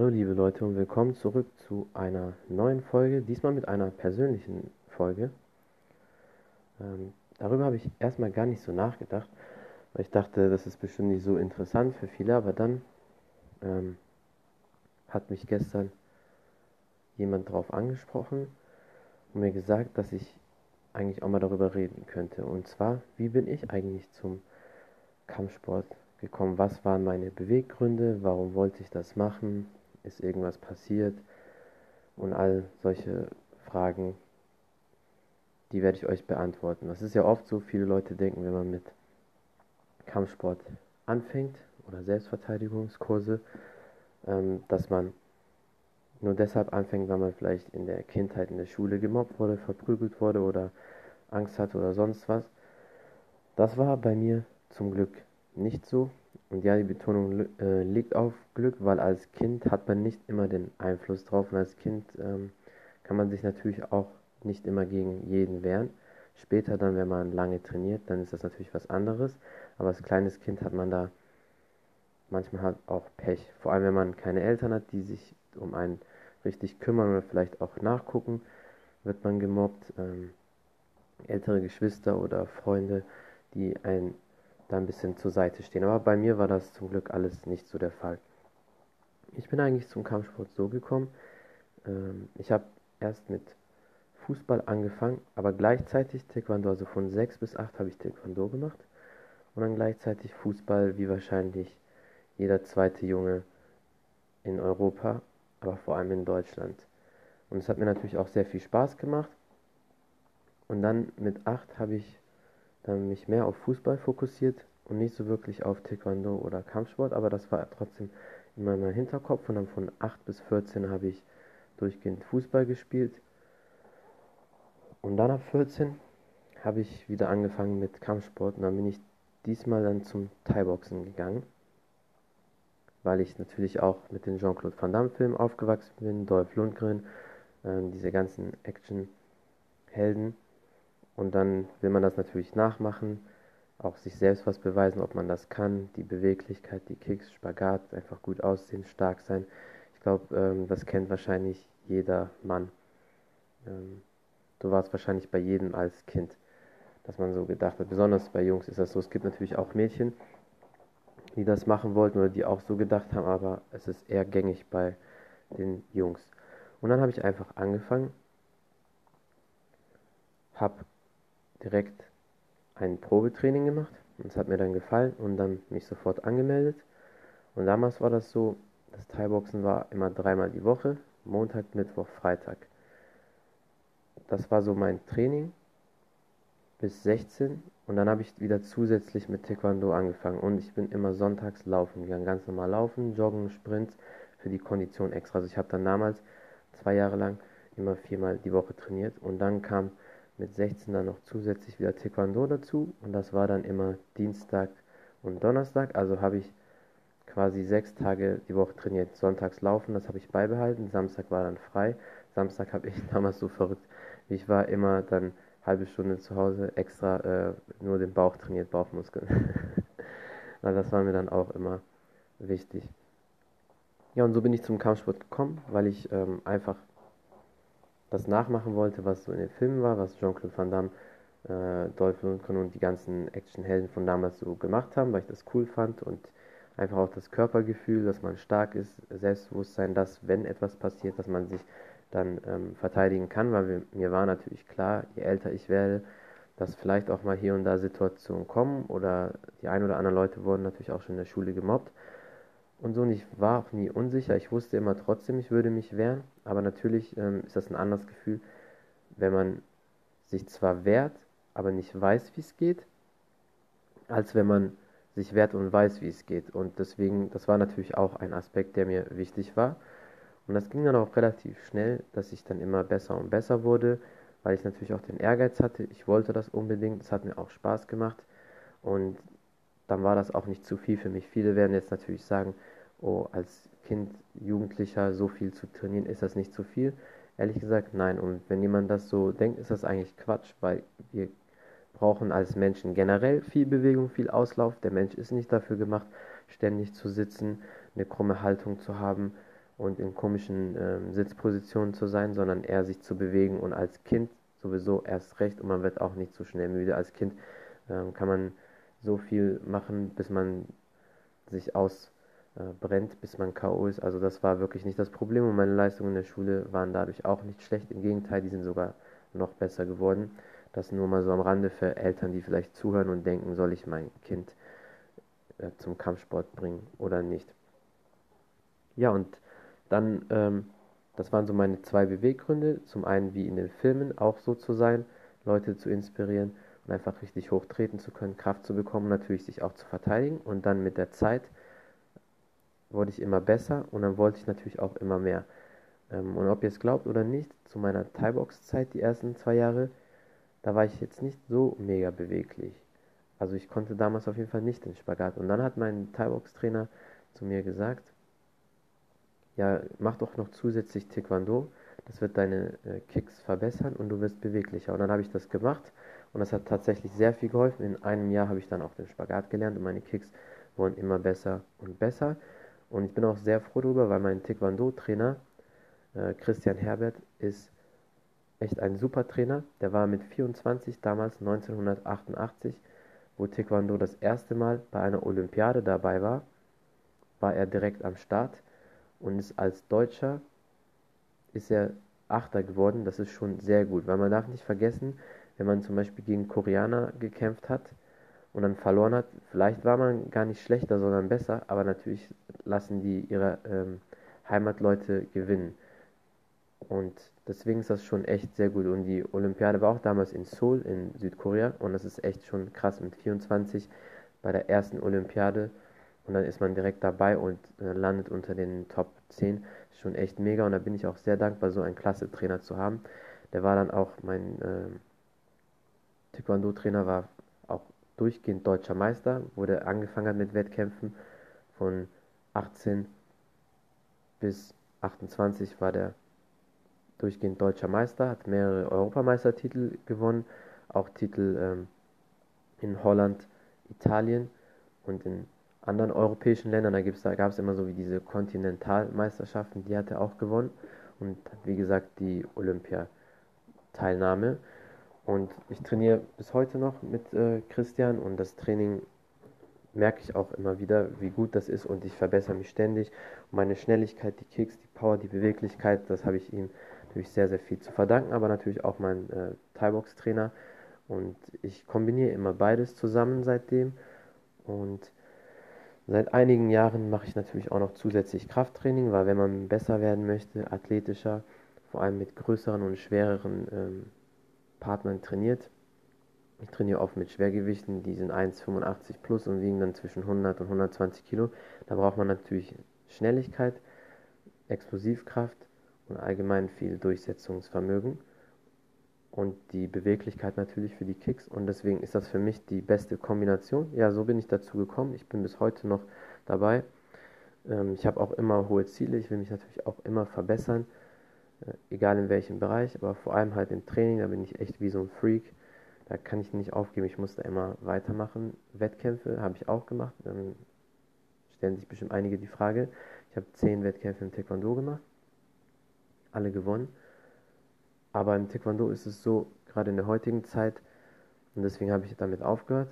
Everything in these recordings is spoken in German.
Hallo liebe Leute und willkommen zurück zu einer neuen Folge, diesmal mit einer persönlichen Folge. Darüber habe ich erstmal gar nicht so nachgedacht, weil ich dachte, das ist bestimmt nicht so interessant für viele, aber dann ähm, hat mich gestern jemand darauf angesprochen und mir gesagt, dass ich eigentlich auch mal darüber reden könnte. Und zwar, wie bin ich eigentlich zum Kampfsport gekommen? Was waren meine Beweggründe? Warum wollte ich das machen? Ist irgendwas passiert? Und all solche Fragen, die werde ich euch beantworten. Das ist ja oft so, viele Leute denken, wenn man mit Kampfsport anfängt oder Selbstverteidigungskurse, dass man nur deshalb anfängt, weil man vielleicht in der Kindheit in der Schule gemobbt wurde, verprügelt wurde oder Angst hatte oder sonst was. Das war bei mir zum Glück nicht so. Und ja, die Betonung liegt auf Glück, weil als Kind hat man nicht immer den Einfluss drauf. Und als Kind kann man sich natürlich auch nicht immer gegen jeden wehren. Später dann, wenn man lange trainiert, dann ist das natürlich was anderes. Aber als kleines Kind hat man da manchmal halt auch Pech. Vor allem, wenn man keine Eltern hat, die sich um einen richtig kümmern oder vielleicht auch nachgucken, wird man gemobbt. Ältere Geschwister oder Freunde, die einen da ein bisschen zur Seite stehen. Aber bei mir war das zum Glück alles nicht so der Fall. Ich bin eigentlich zum Kampfsport so gekommen. Ich habe erst mit Fußball angefangen, aber gleichzeitig Taekwondo, also von 6 bis 8 habe ich Taekwondo gemacht und dann gleichzeitig Fußball, wie wahrscheinlich jeder zweite Junge in Europa, aber vor allem in Deutschland. Und es hat mir natürlich auch sehr viel Spaß gemacht. Und dann mit 8 habe ich dann mich mehr auf Fußball fokussiert und nicht so wirklich auf Taekwondo oder Kampfsport, aber das war trotzdem in meinem Hinterkopf und dann von 8 bis 14 habe ich durchgehend Fußball gespielt und dann ab 14 habe ich wieder angefangen mit Kampfsport und dann bin ich diesmal dann zum Thai-Boxen gegangen, weil ich natürlich auch mit den Jean-Claude Van Damme Filmen aufgewachsen bin, Dolph Lundgren, diese ganzen Action-Helden und dann will man das natürlich nachmachen, auch sich selbst was beweisen, ob man das kann, die Beweglichkeit, die Kicks, Spagat, einfach gut aussehen, stark sein. Ich glaube, das kennt wahrscheinlich jeder Mann. Ähm, so war es wahrscheinlich bei jedem als Kind, dass man so gedacht hat. Besonders bei Jungs ist das so. Es gibt natürlich auch Mädchen, die das machen wollten oder die auch so gedacht haben, aber es ist eher gängig bei den Jungs. Und dann habe ich einfach angefangen, habe direkt ein Probetraining gemacht und es hat mir dann gefallen und dann mich sofort angemeldet. Und damals war das so, das Thai-Boxen war immer dreimal die Woche, Montag, Mittwoch, Freitag. Das war so mein Training bis 16 und dann habe ich wieder zusätzlich mit Taekwondo angefangen und ich bin immer sonntags laufen gegangen, ganz normal laufen, joggen, Sprints für die Kondition extra. Also ich habe dann damals 2 Jahre lang immer viermal die Woche trainiert und dann kam mit 16 dann noch zusätzlich wieder Taekwondo dazu und das war dann immer Dienstag und Donnerstag, also habe ich quasi 6 Tage die Woche trainiert. Sonntags laufen, das habe ich beibehalten. Samstag war dann frei. Samstag habe ich damals so verrückt, wie ich war, immer dann halbe Stunde zu Hause extra nur den Bauch trainiert, Bauchmuskeln. Weil das war mir dann auch immer wichtig. Ja, und so bin ich zum Kampfsport gekommen, weil ich einfach das nachmachen wollte, was so in den Filmen war, was Jean-Claude Van Damme, Dolph Lundgren und die ganzen Actionhelden von damals so gemacht haben, weil ich das cool fand und einfach auch das Körpergefühl, dass man stark ist, Selbstbewusstsein, dass wenn etwas passiert, dass man sich dann verteidigen kann, weil mir war natürlich klar, je älter ich werde, dass vielleicht auch mal hier und da Situationen kommen oder die ein oder anderen Leute wurden natürlich auch schon in der Schule gemobbt und so. Und ich war auch nie unsicher. Ich wusste immer trotzdem, ich würde mich wehren. Aber natürlich ist das ein anderes Gefühl, wenn man sich zwar wehrt, aber nicht weiß, wie es geht, als wenn man sich wehrt und weiß, wie es geht. Und deswegen, das war natürlich auch ein Aspekt, der mir wichtig war. Und das ging dann auch relativ schnell, dass ich dann immer besser und besser wurde, weil ich natürlich auch den Ehrgeiz hatte. Ich wollte das unbedingt. Es hat mir auch Spaß gemacht. Und dann war das auch nicht zu viel für mich. Viele werden jetzt natürlich sagen, oh, als Kind, Jugendlicher so viel zu trainieren, ist das nicht zu viel? Ehrlich gesagt, nein. Und wenn jemand das so denkt, ist das eigentlich Quatsch, weil wir brauchen als Menschen generell viel Bewegung, viel Auslauf. Der Mensch ist nicht dafür gemacht, ständig zu sitzen, eine krumme Haltung zu haben und in komischen Sitzpositionen zu sein, sondern eher sich zu bewegen und als Kind sowieso erst recht und man wird auch nicht so schnell müde. Als Kind kann man so viel machen, bis man sich ausbrennt, bis man K.O. ist. Also das war wirklich nicht das Problem und meine Leistungen in der Schule waren dadurch auch nicht schlecht. Im Gegenteil, die sind sogar noch besser geworden. Das nur mal so am Rande für Eltern, die vielleicht zuhören und denken, soll ich mein Kind zum Kampfsport bringen oder nicht. Ja, und dann, das waren so meine zwei Beweggründe. Zum einen, wie in den Filmen, auch so zu sein, Leute zu inspirieren und einfach richtig hoch treten zu können, Kraft zu bekommen, natürlich sich auch zu verteidigen. Und dann mit der Zeit wurde ich immer besser und dann wollte ich natürlich auch immer mehr. Und ob ihr es glaubt oder nicht, zu meiner Thai-Box-Zeit, die ersten 2 Jahre, da war ich jetzt nicht so mega beweglich. Also ich konnte damals auf jeden Fall nicht den Spagat. Und dann hat mein Thai-Box-Trainer zu mir gesagt, ja, mach doch noch zusätzlich Taekwondo, das wird deine Kicks verbessern und du wirst beweglicher. Und dann habe ich das gemacht und das hat tatsächlich sehr viel geholfen. In einem Jahr habe ich dann auch den Spagat gelernt und meine Kicks wurden immer besser und besser. Und ich bin auch sehr froh darüber, weil mein Taekwondo-Trainer, Christian Herbert, ist echt ein super Trainer. Der war mit 24 damals 1988, wo Taekwondo das erste Mal bei einer Olympiade dabei war er direkt am Start und ist als Deutscher ist er Achter geworden. Das ist schon sehr gut, weil man darf nicht vergessen, wenn man zum Beispiel gegen Koreaner gekämpft hat und dann verloren hat, vielleicht war man gar nicht schlechter, sondern besser, aber natürlich lassen die ihre Heimatleute gewinnen. Und deswegen ist das schon echt sehr gut. Und die Olympiade war auch damals in Seoul in Südkorea und das ist echt schon krass mit 24 bei der ersten Olympiade und dann ist man direkt dabei und landet unter den Top 10. Ist schon echt mega und da bin ich auch sehr dankbar, so einen klasse Trainer zu haben. Der war dann auch mein Taekwondo-Trainer, war auch durchgehend deutscher Meister, wo der angefangen hat mit Wettkämpfen. Von 18 bis 28 war der durchgehend deutscher Meister, hat mehrere Europameistertitel gewonnen, auch Titel in Holland, Italien und in anderen europäischen Ländern. Da gab es immer so wie diese Kontinentalmeisterschaften, die hat er auch gewonnen und wie gesagt die Olympiateilnahme. Und ich trainiere bis heute noch mit Christian und das Training merke ich auch immer wieder, wie gut das ist und ich verbessere mich ständig. Und meine Schnelligkeit, die Kicks, die Power, die Beweglichkeit, das habe ich ihm natürlich sehr, sehr viel zu verdanken, aber natürlich auch mein Thai-Box-Trainer. Und ich kombiniere immer beides zusammen seitdem. Und seit einigen Jahren mache ich natürlich auch noch zusätzlich Krafttraining, weil wenn man besser werden möchte, athletischer, vor allem mit größeren und schwereren Partnern trainiert. Ich trainiere oft mit Schwergewichten, die sind 1,85 plus und wiegen dann zwischen 100 und 120 Kilo. Da braucht man natürlich Schnelligkeit, Explosivkraft und allgemein viel Durchsetzungsvermögen und die Beweglichkeit natürlich für die Kicks und deswegen ist das für mich die beste Kombination. Ja, so bin ich dazu gekommen. Ich bin bis heute noch dabei. Ich habe auch immer hohe Ziele. Ich will mich natürlich auch immer verbessern, egal in welchem Bereich, aber vor allem halt im Training. Da bin ich echt wie so ein Freak. Da kann ich nicht aufgeben. Ich muss da immer weitermachen. Wettkämpfe habe ich auch gemacht. Dann stellen sich bestimmt einige die Frage. Ich habe 10 Wettkämpfe im Taekwondo gemacht, alle gewonnen. Aber im Taekwondo ist es so, gerade in der heutigen Zeit, und deswegen habe ich damit aufgehört,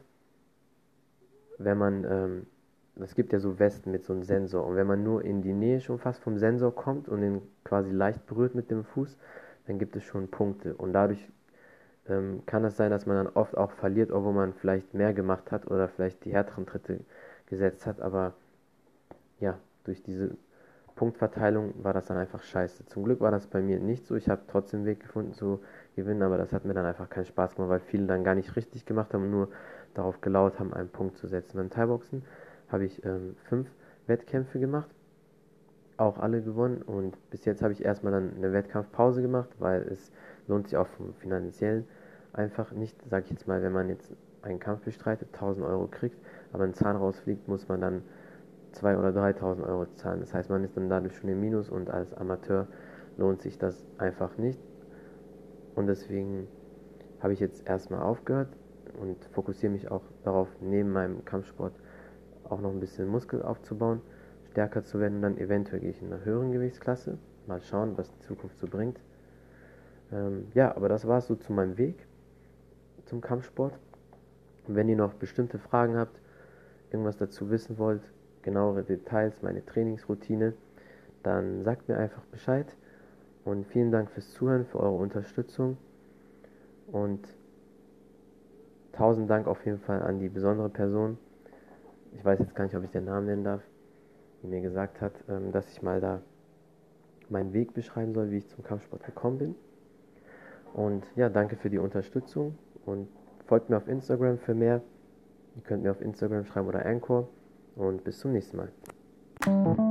wenn man, es gibt ja so Westen mit so einem Sensor, und wenn man nur in die Nähe schon fast vom Sensor kommt und den quasi leicht berührt mit dem Fuß, dann gibt es schon Punkte. Und dadurch kann es sein, dass man dann oft auch verliert, obwohl man vielleicht mehr gemacht hat oder vielleicht die härteren Tritte gesetzt hat, aber ja, durch diese Punktverteilung war das dann einfach scheiße. Zum Glück war das bei mir nicht so. Ich habe trotzdem einen Weg gefunden zu gewinnen, aber das hat mir dann einfach keinen Spaß gemacht, weil viele dann gar nicht richtig gemacht haben und nur darauf gelauert haben, einen Punkt zu setzen. Beim Thai-Boxen habe ich 5 Wettkämpfe gemacht, auch alle gewonnen und bis jetzt habe ich erstmal dann eine Wettkampfpause gemacht, weil es lohnt sich auch vom Finanziellen einfach nicht, sage ich jetzt mal, wenn man jetzt einen Kampf bestreitet, 1.000 € kriegt, aber ein Zahn rausfliegt, muss man dann 2.000 oder 3.000 Euro zahlen. Das heißt, man ist dann dadurch schon im Minus und als Amateur lohnt sich das einfach nicht. Und deswegen habe ich jetzt erstmal aufgehört und fokussiere mich auch darauf, neben meinem Kampfsport auch noch ein bisschen Muskel aufzubauen. stärker zu werden und dann eventuell gehe ich in einer höheren Gewichtsklasse. Mal schauen, was die Zukunft so bringt. Ja, aber das war es so zu meinem Weg zum Kampfsport. Und wenn ihr noch bestimmte Fragen habt, irgendwas dazu wissen wollt, genauere Details, meine Trainingsroutine, dann sagt mir einfach Bescheid. Und vielen Dank fürs Zuhören, für eure Unterstützung. Und 1000 Dank auf jeden Fall an die besondere Person. Ich weiß jetzt gar nicht, ob ich den Namen nennen darf, die mir gesagt hat, dass ich mal da meinen Weg beschreiben soll, wie ich zum Kampfsport gekommen bin. Und ja, danke für die Unterstützung und folgt mir auf Instagram für mehr. Ihr könnt mir auf Instagram schreiben oder Anchor und bis zum nächsten Mal.